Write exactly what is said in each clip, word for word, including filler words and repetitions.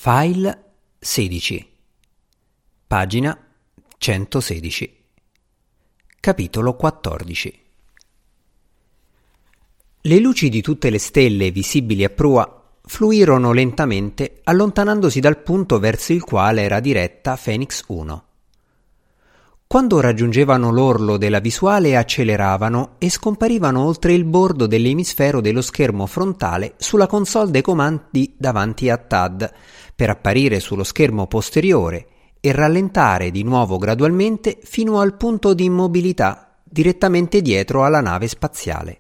File sedici, pagina centosedici, capitolo quattordici. Le luci di tutte le stelle visibili a prua fluirono lentamente, allontanandosi dal punto verso il quale era diretta Phoenix uno. Quando raggiungevano l'orlo della visuale acceleravano e scomparivano oltre il bordo dell'emisfero dello schermo frontale sulla console dei comandi davanti a Tad, per apparire sullo schermo posteriore e rallentare di nuovo gradualmente fino al punto di immobilità direttamente dietro alla nave spaziale.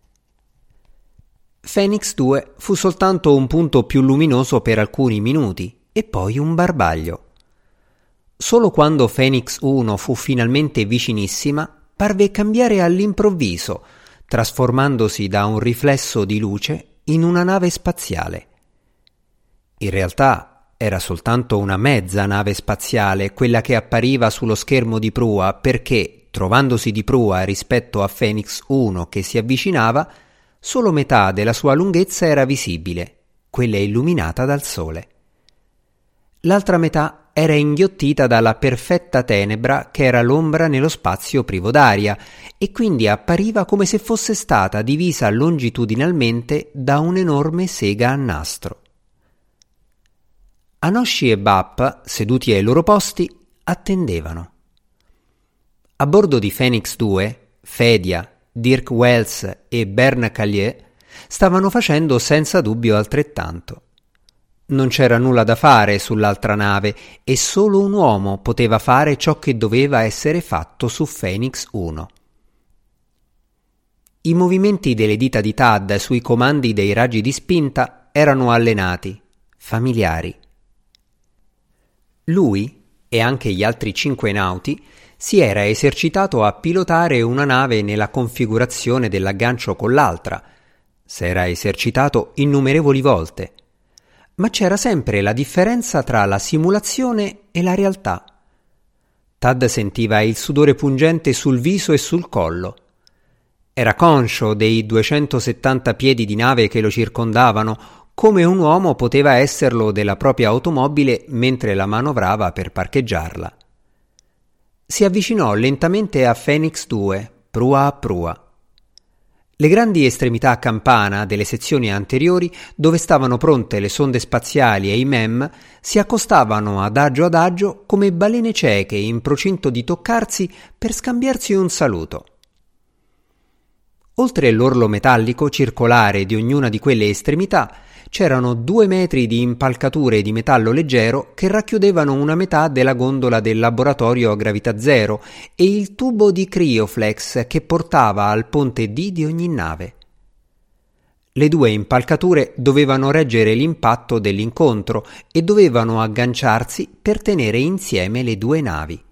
Phoenix due fu soltanto un punto più luminoso per alcuni minuti e poi un barbaglio. Solo quando Phoenix uno fu finalmente vicinissima parve cambiare all'improvviso, trasformandosi da un riflesso di luce in una nave spaziale. In realtà era soltanto una mezza nave spaziale quella che appariva sullo schermo di prua, perché, trovandosi di prua rispetto a Phoenix uno che si avvicinava, solo metà della sua lunghezza era visibile, quella illuminata dal sole. L'altra metà era inghiottita dalla perfetta tenebra che era l'ombra nello spazio privo d'aria e quindi appariva come se fosse stata divisa longitudinalmente da un'enorme sega a nastro. Anoshi e Bap, seduti ai loro posti, attendevano. A bordo di Phoenix due, Fedia, Dirk Wells e Bern Callier stavano facendo senza dubbio altrettanto. Non c'era nulla da fare sull'altra nave e solo un uomo poteva fare ciò che doveva essere fatto su Phoenix uno. I movimenti delle dita di Tad sui comandi dei raggi di spinta erano allenati, familiari. Lui, e anche gli altri cinque nauti, si era esercitato a pilotare una nave nella configurazione dell'aggancio con l'altra. S'era esercitato innumerevoli volte. Ma c'era sempre la differenza tra la simulazione e la realtà. Tad sentiva il sudore pungente sul viso e sul collo. Era conscio dei duecentosettanta piedi di nave che lo circondavano, come un uomo poteva esserlo della propria automobile mentre la manovrava per parcheggiarla. Si avvicinò lentamente a Phoenix due, prua a prua. Le grandi estremità a campana delle sezioni anteriori, dove stavano pronte le sonde spaziali e i M E M, si accostavano adagio adagio come balene cieche in procinto di toccarsi per scambiarsi un saluto. Oltre l'orlo metallico circolare di ognuna di quelle estremità c'erano due metri di impalcature di metallo leggero che racchiudevano una metà della gondola del laboratorio a gravità zero e il tubo di Cryoflex che portava al ponte D di ogni nave. Le due impalcature dovevano reggere l'impatto dell'incontro e dovevano agganciarsi per tenere insieme le due navi.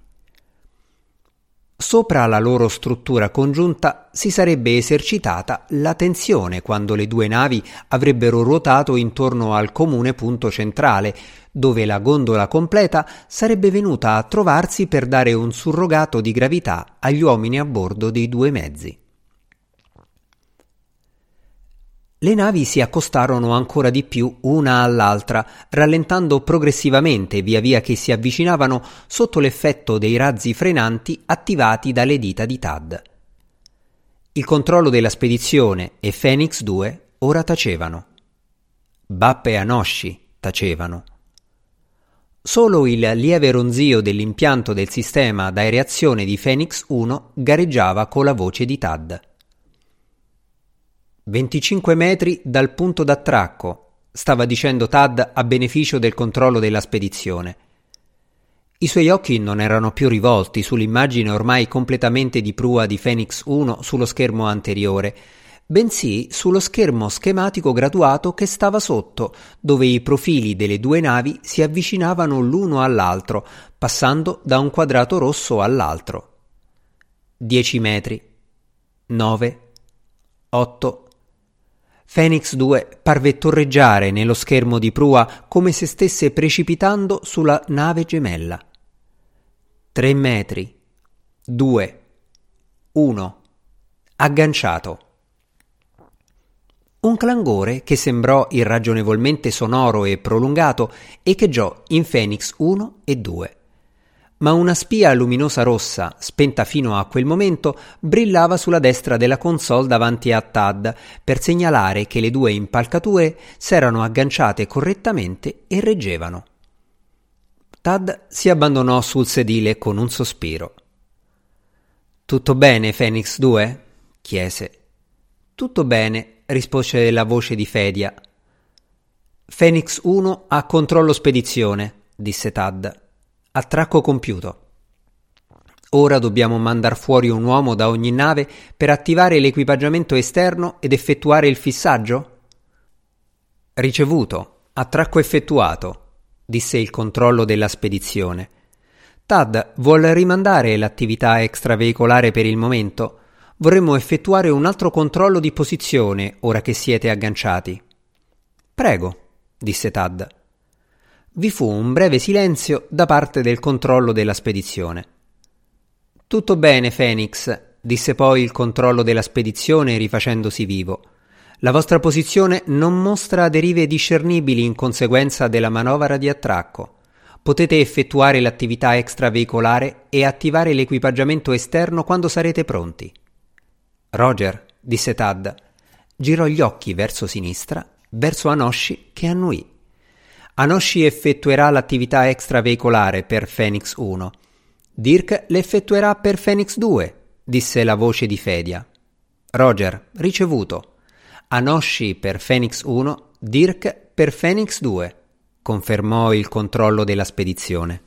Sopra la loro struttura congiunta si sarebbe esercitata la tensione quando le due navi avrebbero ruotato intorno al comune punto centrale, dove la gondola completa sarebbe venuta a trovarsi per dare un surrogato di gravità agli uomini a bordo dei due mezzi. Le navi si accostarono ancora di più una all'altra, rallentando progressivamente via via che si avvicinavano sotto l'effetto dei razzi frenanti attivati dalle dita di Tad. Il controllo della spedizione e Phoenix due ora tacevano. Bap e Anoshi tacevano. Solo il lieve ronzio dell'impianto del sistema d'aereazione di Phoenix uno gareggiava con la voce di Tad. venticinque metri dal punto d'attracco, stava dicendo Tad a beneficio del controllo della spedizione. I suoi occhi non erano più rivolti sull'immagine ormai completamente di prua di Phoenix uno sullo schermo anteriore, bensì sullo schermo schematico graduato che stava sotto, dove i profili delle due navi si avvicinavano l'uno all'altro, passando da un quadrato rosso all'altro. Dieci metri. Nove. Otto. Phoenix due parve torreggiare nello schermo di prua come se stesse precipitando sulla nave gemella. Tre metri. Due. Uno. Agganciato. Un clangore che sembrò irragionevolmente sonoro e prolungato echeggiò in Phoenix uno e due. Ma una spia luminosa rossa, spenta fino a quel momento, brillava sulla destra della console davanti a Tad per segnalare che le due impalcature s'erano agganciate correttamente e reggevano. Tad si abbandonò sul sedile con un sospiro. «Tutto bene, Phoenix due?» chiese. «Tutto bene», rispose la voce di Fedia. «Phoenix uno a controllo spedizione», disse Tad. «Attracco compiuto. Ora dobbiamo mandar fuori un uomo da ogni nave per attivare l'equipaggiamento esterno ed effettuare il fissaggio?» «Ricevuto. Attracco effettuato», disse il controllo della spedizione. «Tad, vuol rimandare l'attività extraveicolare per il momento? Vorremmo effettuare un altro controllo di posizione ora che siete agganciati». «Prego», disse Tad. Vi fu un breve silenzio da parte del controllo della spedizione. «Tutto bene, Phoenix», disse poi il controllo della spedizione rifacendosi vivo. «La vostra posizione non mostra derive discernibili in conseguenza della manovra di attracco. Potete effettuare l'attività extraveicolare e attivare l'equipaggiamento esterno quando sarete pronti». «Roger», disse Tad. Girò gli occhi verso sinistra, verso Anoshi che annuì. «Anoshi effettuerà l'attività extraveicolare per Phoenix uno. Dirk l'effettuerà per Phoenix due», disse la voce di Fedia. «Roger, ricevuto. Anoshi per Phoenix uno, Dirk per Phoenix due», confermò il controllo della spedizione.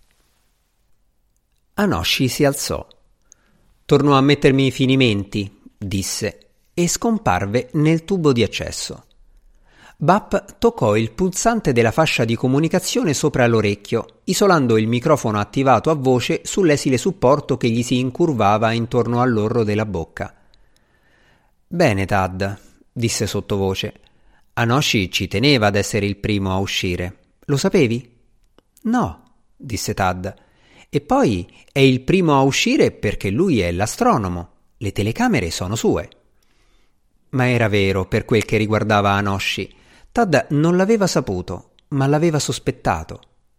Anoshi si alzò. «Torno a mettermi i finimenti», disse, e scomparve nel tubo di accesso. Bap toccò il pulsante della fascia di comunicazione sopra l'orecchio, isolando il microfono attivato a voce sull'esile supporto che gli si incurvava intorno all'orlo della bocca. «Bene, Tad», disse sottovoce. «Anoshi ci teneva ad essere il primo a uscire. Lo sapevi?» «No», disse Tad. «E poi è il primo a uscire perché lui è l'astronomo. Le telecamere sono sue». Ma era vero per quel che riguardava Anoshi. Tad non l'aveva saputo, ma l'aveva sospettato.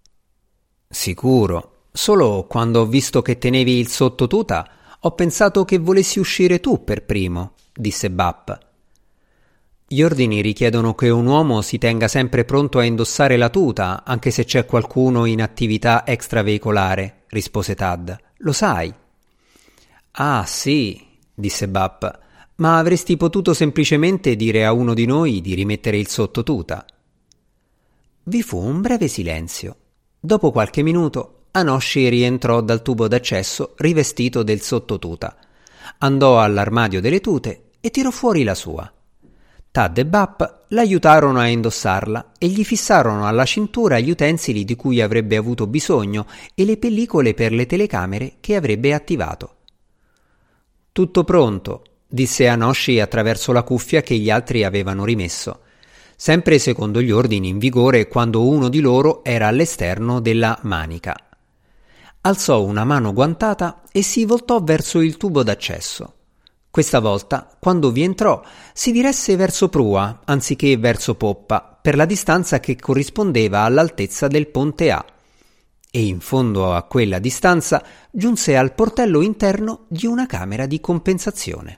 «Sicuro. Solo quando ho visto che tenevi il sottotuta ho pensato che volessi uscire tu per primo», disse Bap. «Gli ordini richiedono che un uomo si tenga sempre pronto a indossare la tuta, anche se c'è qualcuno in attività extraveicolare», rispose Tad. «Lo sai». «Ah, sì», disse Bap. «Ma avresti potuto semplicemente dire a uno di noi di rimettere il sottotuta». Vi fu un breve silenzio. Dopo qualche minuto Anoshi rientrò dal tubo d'accesso rivestito del sottotuta. Andò all'armadio delle tute e tirò fuori la sua. Tad e Bap l'aiutarono a indossarla e gli fissarono alla cintura gli utensili di cui avrebbe avuto bisogno e le pellicole per le telecamere che avrebbe attivato. «Tutto pronto», disse Anoshi attraverso la cuffia che gli altri avevano rimesso, sempre secondo gli ordini in vigore quando uno di loro era all'esterno della manica. Alzò una mano guantata e si voltò verso il tubo d'accesso. Questa volta, quando vi entrò, si diresse verso prua anziché verso poppa, per la distanza che corrispondeva all'altezza del ponte A, e in fondo a quella distanza giunse al portello interno di una camera di compensazione.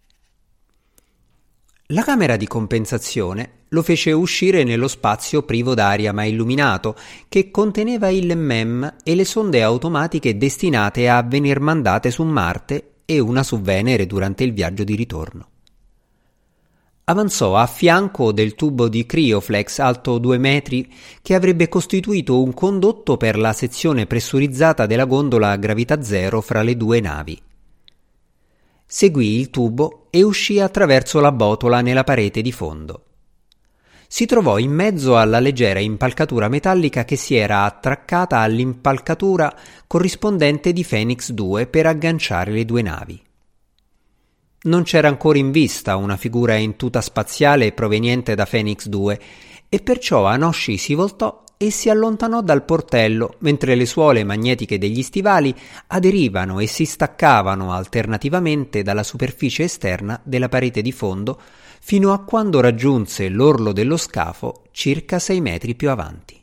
La camera di compensazione lo fece uscire nello spazio privo d'aria ma illuminato, che conteneva il M E M e le sonde automatiche destinate a venir mandate su Marte e una su Venere durante il viaggio di ritorno. Avanzò a fianco del tubo di Cryoflex alto due metri che avrebbe costituito un condotto per la sezione pressurizzata della gondola a gravità zero fra le due navi. Seguì il tubo e uscì attraverso la botola nella parete di fondo. Si trovò in mezzo alla leggera impalcatura metallica che si era attraccata all'impalcatura corrispondente di Phoenix due per agganciare le due navi. Non c'era ancora in vista una figura in tuta spaziale proveniente da Phoenix due e perciò Anoshi si voltò e si allontanò dal portello mentre le suole magnetiche degli stivali aderivano e si staccavano alternativamente dalla superficie esterna della parete di fondo fino a quando raggiunse l'orlo dello scafo circa sei metri più avanti.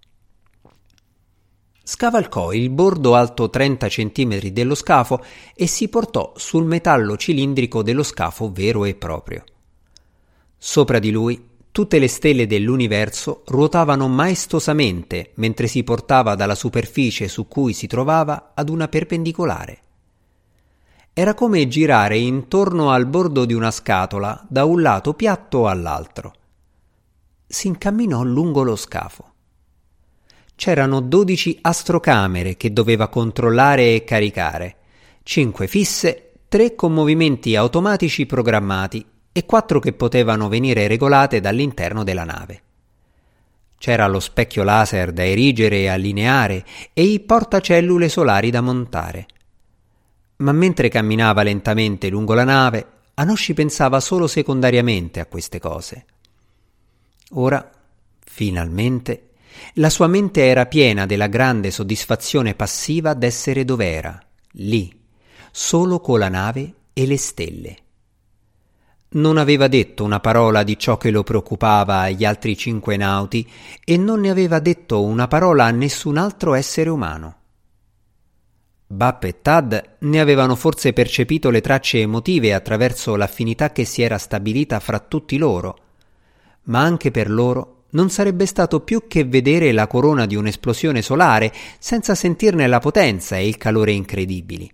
Scavalcò il bordo alto trenta centimetri dello scafo e si portò sul metallo cilindrico dello scafo vero e proprio. Sopra di lui tutte le stelle dell'universo ruotavano maestosamente mentre si portava dalla superficie su cui si trovava ad una perpendicolare. Era come girare intorno al bordo di una scatola da un lato piatto all'altro. Si incamminò lungo lo scafo. C'erano dodici astrocamere che doveva controllare e caricare, cinque fisse, tre con movimenti automatici programmati e quattro che potevano venire regolate dall'interno della nave. C'era lo specchio laser da erigere e allineare e i portacellule solari da montare. Ma mentre camminava lentamente lungo la nave, Anoshi pensava solo secondariamente a queste cose. Ora, finalmente, la sua mente era piena della grande soddisfazione passiva d'essere dov'era, lì, solo con la nave e le stelle. Non aveva detto una parola di ciò che lo preoccupava agli altri cinque nauti e non ne aveva detto una parola a nessun altro essere umano. Bap e Tad ne avevano forse percepito le tracce emotive attraverso l'affinità che si era stabilita fra tutti loro, ma anche per loro non sarebbe stato più che vedere la corona di un'esplosione solare senza sentirne la potenza e il calore incredibili.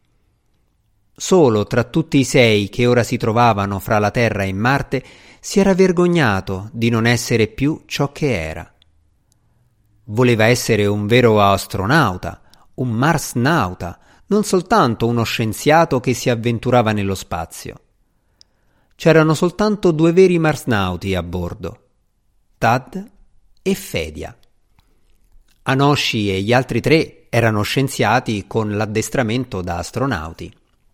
Solo tra tutti i sei che ora si trovavano fra la Terra e Marte si era vergognato di non essere più ciò che era. Voleva essere un vero astronauta, un marsnauta, non soltanto uno scienziato che si avventurava nello spazio. C'erano soltanto due veri marsnauti a bordo, Tad e Fedia. Anoshi e gli altri tre erano scienziati con l'addestramento da astronauti.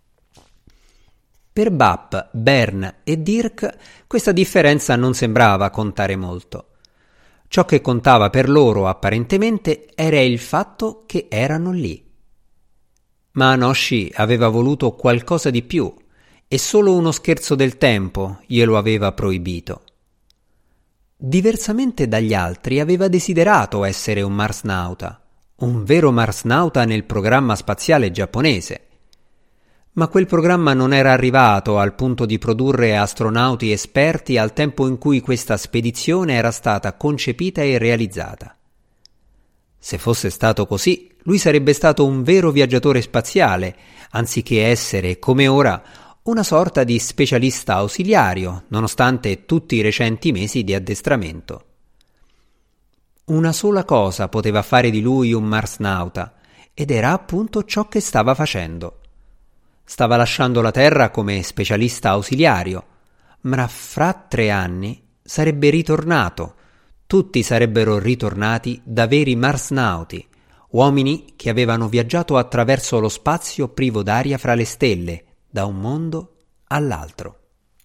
Per Bap, Bern e Dirk questa differenza non sembrava contare molto. Ciò che contava per loro apparentemente era il fatto che erano lì. Ma Anoshi aveva voluto qualcosa di più e solo uno scherzo del tempo glielo aveva proibito. Diversamente dagli altri aveva desiderato essere un marsnauta, un vero marsnauta nel programma spaziale giapponese. Ma quel programma non era arrivato al punto di produrre astronauti esperti al tempo in cui questa spedizione era stata concepita e realizzata. Se fosse stato così, lui sarebbe stato un vero viaggiatore spaziale, anziché essere, come ora, una sorta di specialista ausiliario, nonostante tutti i recenti mesi di addestramento. Una sola cosa poteva fare di lui un marsnauta, ed era appunto ciò che stava facendo. Stava lasciando la Terra come specialista ausiliario, ma fra tre anni sarebbe ritornato. Tutti sarebbero ritornati da veri marsnauti, uomini che avevano viaggiato attraverso lo spazio privo d'aria fra le stelle, da un mondo all'altro.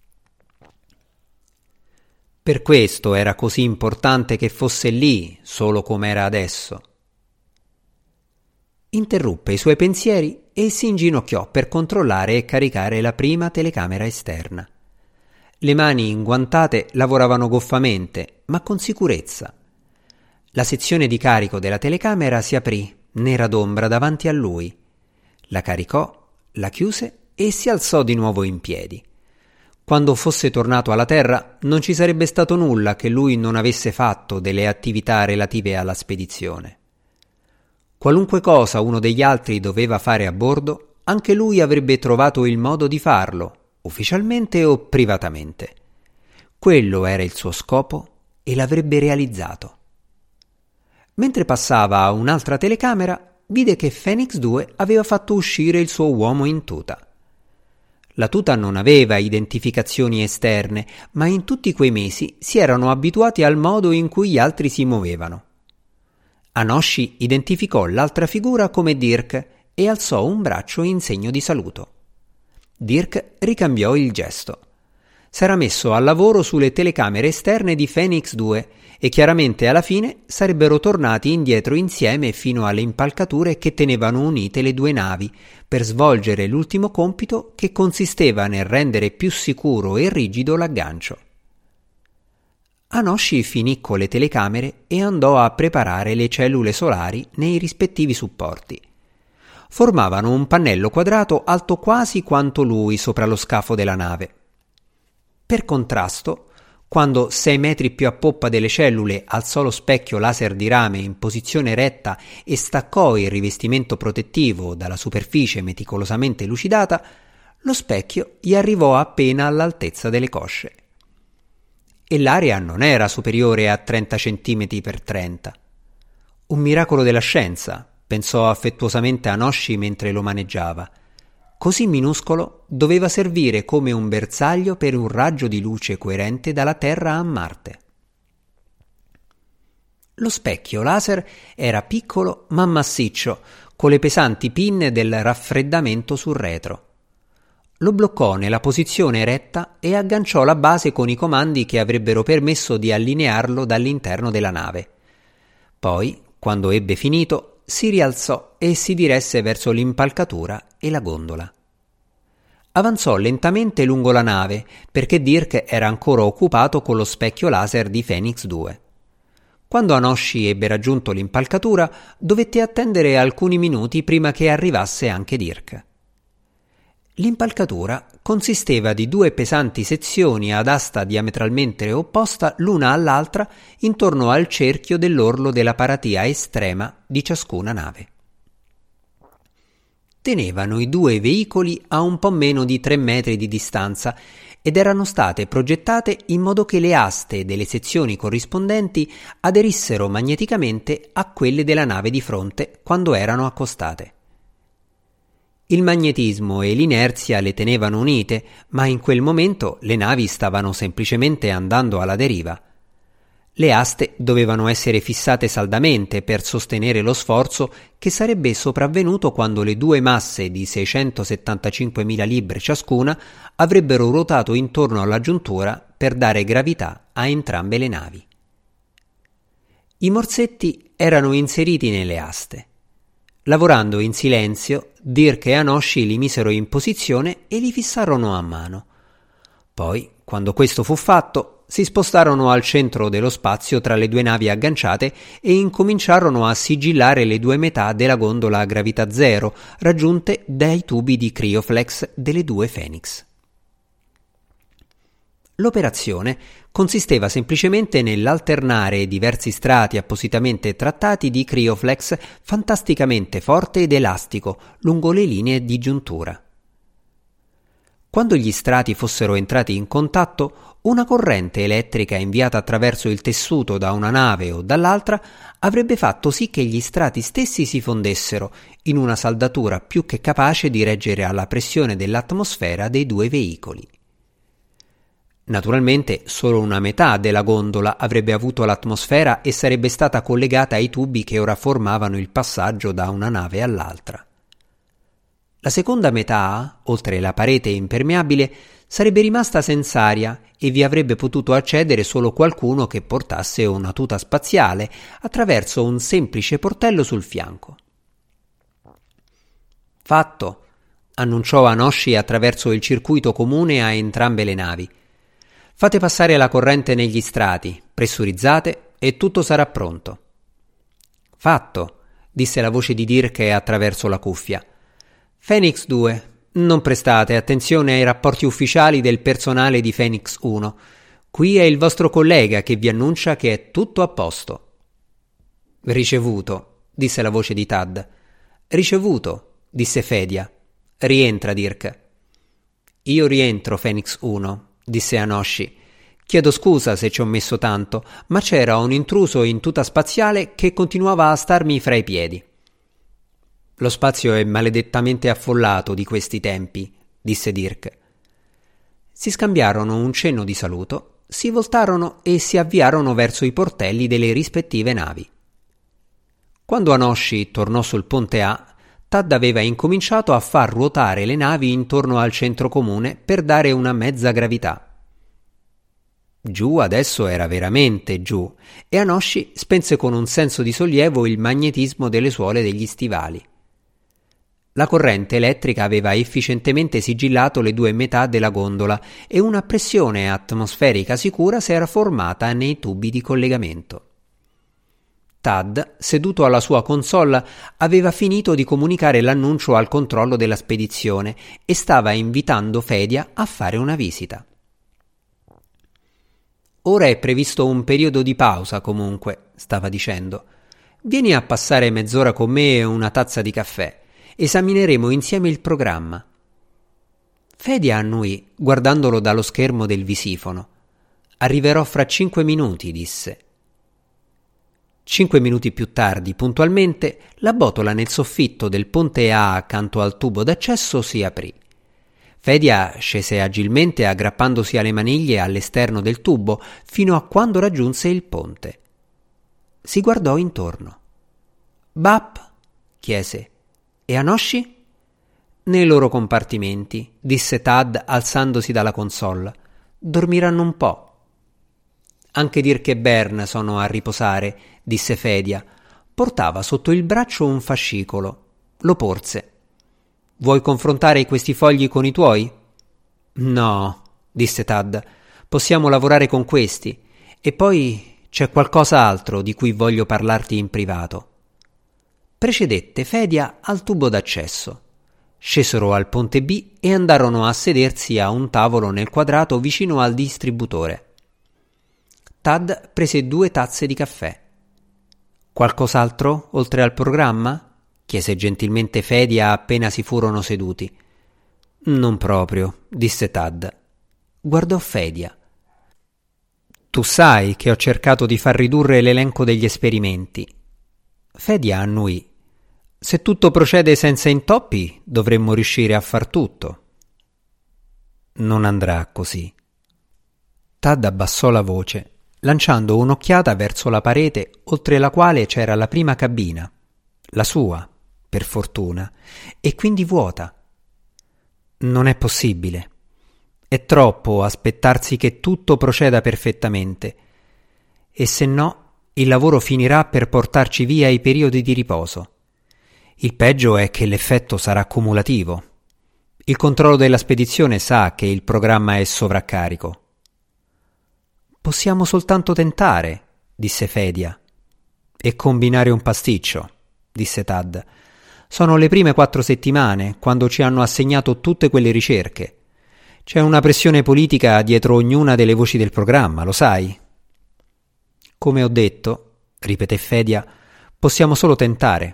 Per questo era così importante che fosse lì, solo come era adesso. Interruppe i suoi pensieri e si inginocchiò per controllare e caricare la prima telecamera esterna. Le mani inguantate lavoravano goffamente, ma con sicurezza. La sezione di carico della telecamera si aprì, nera d'ombra davanti a lui. La caricò, la chiuse e si alzò di nuovo in piedi. Quando fosse tornato alla Terra non ci sarebbe stato nulla che lui non avesse fatto delle attività relative alla spedizione. Qualunque cosa uno degli altri doveva fare a bordo, anche lui avrebbe trovato il modo di farlo, ufficialmente o privatamente. Quello era il suo scopo e l'avrebbe realizzato. Mentre passava a un'altra telecamera, vide che Phoenix due aveva fatto uscire il suo uomo in tuta. La tuta non aveva identificazioni esterne, ma in tutti quei mesi si erano abituati al modo in cui gli altri si muovevano. Anoshi identificò l'altra figura come Dirk e alzò un braccio in segno di saluto. Dirk ricambiò il gesto. S'era messo al lavoro sulle telecamere esterne di Phoenix due e chiaramente alla fine sarebbero tornati indietro insieme fino alle impalcature che tenevano unite le due navi per svolgere l'ultimo compito, che consisteva nel rendere più sicuro e rigido l'aggancio. Anoshi finì con le telecamere e andò a preparare le cellule solari nei rispettivi supporti. Formavano un pannello quadrato alto quasi quanto lui sopra lo scafo della nave. Per contrasto, quando sei metri più a poppa delle cellule alzò lo specchio laser di rame in posizione retta e staccò il rivestimento protettivo dalla superficie meticolosamente lucidata, lo specchio gli arrivò appena all'altezza delle cosce. E l'area non era superiore a trenta centimetri per trenta. Un miracolo della scienza, pensò affettuosamente Anoshi mentre lo maneggiava. Così minuscolo doveva servire come un bersaglio per un raggio di luce coerente dalla Terra a Marte. Lo specchio laser era piccolo ma massiccio, con le pesanti pinne del raffreddamento sul retro. Lo bloccò nella posizione retta e agganciò la base con i comandi che avrebbero permesso di allinearlo dall'interno della nave. Poi, quando ebbe finito, si rialzò e si diresse verso l'impalcatura e la gondola. Avanzò lentamente lungo la nave perché Dirk era ancora occupato con lo specchio laser di Phoenix due. Quando Anoshi ebbe raggiunto l'impalcatura, dovette attendere alcuni minuti prima che arrivasse anche Dirk. L'impalcatura consisteva di due pesanti sezioni ad asta diametralmente opposta l'una all'altra intorno al cerchio dell'orlo della paratia estrema di ciascuna nave. Tenevano i due veicoli a un po' meno di tre metri di distanza ed erano state progettate in modo che le aste delle sezioni corrispondenti aderissero magneticamente a quelle della nave di fronte quando erano accostate. Il magnetismo e l'inerzia le tenevano unite, ma in quel momento le navi stavano semplicemente andando alla deriva. Le aste dovevano essere fissate saldamente per sostenere lo sforzo che sarebbe sopravvenuto quando le due masse di seicentosettantacinquemila libbre ciascuna avrebbero ruotato intorno alla giuntura per dare gravità a entrambe le navi. I morsetti erano inseriti nelle aste. Lavorando in silenzio, Dirk e Anoshi li misero in posizione e li fissarono a mano. Poi, quando questo fu fatto, si spostarono al centro dello spazio tra le due navi agganciate e incominciarono a sigillare le due metà della gondola a gravità zero, raggiunte dai tubi di Cryoflex delle due Phoenix. L'operazione consisteva semplicemente nell'alternare diversi strati appositamente trattati di Cryoflex fantasticamente forte ed elastico lungo le linee di giuntura. Quando gli strati fossero entrati in contatto, una corrente elettrica inviata attraverso il tessuto da una nave o dall'altra avrebbe fatto sì che gli strati stessi si fondessero in una saldatura più che capace di reggere alla pressione dell'atmosfera dei due veicoli. Naturalmente solo una metà della gondola avrebbe avuto l'atmosfera e sarebbe stata collegata ai tubi che ora formavano il passaggio da una nave all'altra. La seconda metà, oltre la parete impermeabile, sarebbe rimasta senz'aria e vi avrebbe potuto accedere solo qualcuno che portasse una tuta spaziale attraverso un semplice portello sul fianco. Fatto, annunciò Anoshi attraverso il circuito comune a entrambe le navi. Fate passare la corrente negli strati, pressurizzate e tutto sarà pronto. Fatto, disse la voce di Dirk attraverso la cuffia. Phoenix due, non prestate attenzione ai rapporti ufficiali del personale di Phoenix uno. Qui è il vostro collega che vi annuncia che è tutto a posto. Ricevuto, disse la voce di Tad. Ricevuto, disse Fedia. Rientra, Dirk. Io rientro, Phoenix uno, disse Anoshi. Chiedo scusa se ci ho messo tanto, ma c'era un intruso in tuta spaziale che continuava a starmi fra i piedi. Lo spazio è maledettamente affollato di questi tempi, disse Dirk. Si scambiarono un cenno di saluto, si voltarono e si avviarono verso i portelli delle rispettive navi. Quando Anoshi tornò sul ponte A, Tad aveva incominciato a far ruotare le navi intorno al centro comune per dare una mezza gravità. Giù adesso era veramente giù, e Anoshi spense con un senso di sollievo il magnetismo delle suole degli stivali. La corrente elettrica aveva efficientemente sigillato le due metà della gondola e una pressione atmosferica sicura si era formata nei tubi di collegamento. Tad, seduto alla sua console, aveva finito di comunicare l'annuncio al controllo della spedizione e stava invitando Fedia a fare una visita. Ora è previsto un periodo di pausa comunque, stava dicendo. Vieni a passare mezz'ora con me e una tazza di caffè. Esamineremo insieme il programma. Fedia annui, guardandolo dallo schermo del visifono. Arriverò fra cinque minuti, disse. Cinque minuti più tardi, puntualmente, la botola nel soffitto del ponte A accanto al tubo d'accesso si aprì. Fedia scese agilmente aggrappandosi alle maniglie all'esterno del tubo fino a quando raggiunse il ponte. Si guardò intorno. Bap? Chiese. E Anoshi? Nei loro compartimenti, disse Tad alzandosi dalla console. Dormiranno un po'. Anche Dirk e Bern sono a riposare, disse Fedia. Portava sotto il braccio un fascicolo. Lo porse. Vuoi confrontare questi fogli con i tuoi? No, disse Tad. Possiamo lavorare con questi. E poi c'è qualcos'altro di cui voglio parlarti in privato. Precedette Fedia al tubo d'accesso. Scesero al ponte B e andarono a sedersi a un tavolo nel quadrato vicino al distributore. Tad prese due tazze di caffè. Qualcos'altro oltre al programma? Chiese gentilmente Fedia appena si furono seduti. Non proprio, disse Tad. Guardò Fedia. Tu sai che ho cercato di far ridurre l'elenco degli esperimenti. Fedia annuì. Se tutto procede senza intoppi, dovremmo riuscire a far tutto. Non andrà così. Tad abbassò la voce, lanciando un'occhiata verso la parete oltre la quale c'era la prima cabina, la sua, per fortuna, e quindi vuota. Non è possibile. È troppo aspettarsi che tutto proceda perfettamente. E se no, il lavoro finirà per portarci via i periodi di riposo. Il peggio è che l'effetto sarà cumulativo. Il controllo della spedizione sa che il programma è sovraccarico. Possiamo soltanto tentare, disse Fedia. E combinare un pasticcio, disse Tad. Sono le prime quattro settimane, quando ci hanno assegnato tutte quelle ricerche. C'è una pressione politica dietro ognuna delle voci del programma, lo sai? Come ho detto, ripeté Fedia, possiamo solo tentare.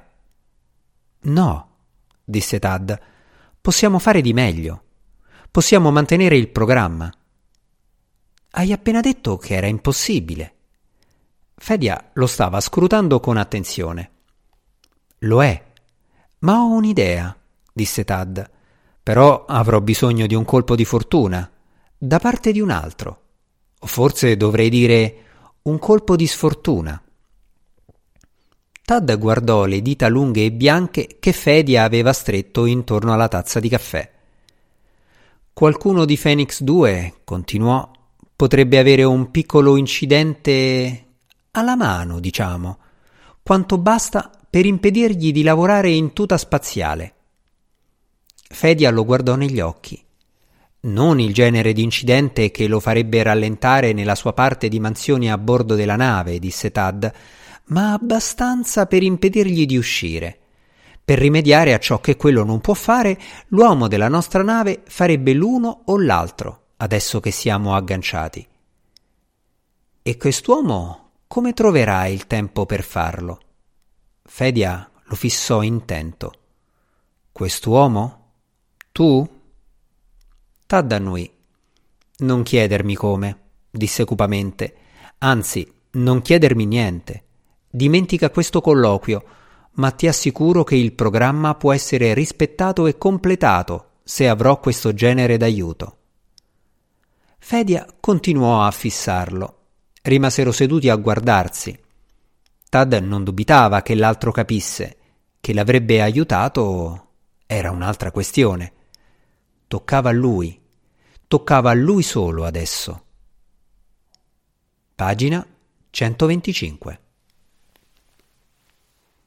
No, disse Tad, possiamo fare di meglio. Possiamo mantenere il programma. Hai appena detto che era impossibile. Fedia lo stava scrutando con attenzione. Lo è. Ma ho un'idea, disse Tad. Però avrò bisogno di un colpo di fortuna, da parte di un altro. Forse dovrei dire un colpo di sfortuna. Tad guardò le dita lunghe e bianche che Fedia aveva stretto intorno alla tazza di caffè. Qualcuno di Phoenix due, continuò, potrebbe avere un piccolo incidente alla mano, diciamo, quanto basta per impedirgli di lavorare in tuta spaziale. Fedia lo guardò negli occhi. Non il genere di incidente che lo farebbe rallentare nella sua parte di mansioni a bordo della nave, disse Tad, ma abbastanza per impedirgli di uscire. Per rimediare a ciò che quello non può fare, l'uomo della nostra nave farebbe l'uno o l'altro, adesso che siamo agganciati. E quest'uomo come troverà il tempo per farlo? Fedia lo fissò intento. Quest'uomo? Tu? Tad annui. Non chiedermi come, disse cupamente. Anzi, non chiedermi niente. Dimentica questo colloquio, ma ti assicuro che il programma può essere rispettato e completato se avrò questo genere d'aiuto. Fedia continuò a fissarlo. Rimasero seduti a guardarsi. Tad non dubitava che l'altro capisse. Che l'avrebbe aiutato era un'altra questione. Toccava a lui. Toccava a lui solo adesso. Pagina centoventicinque.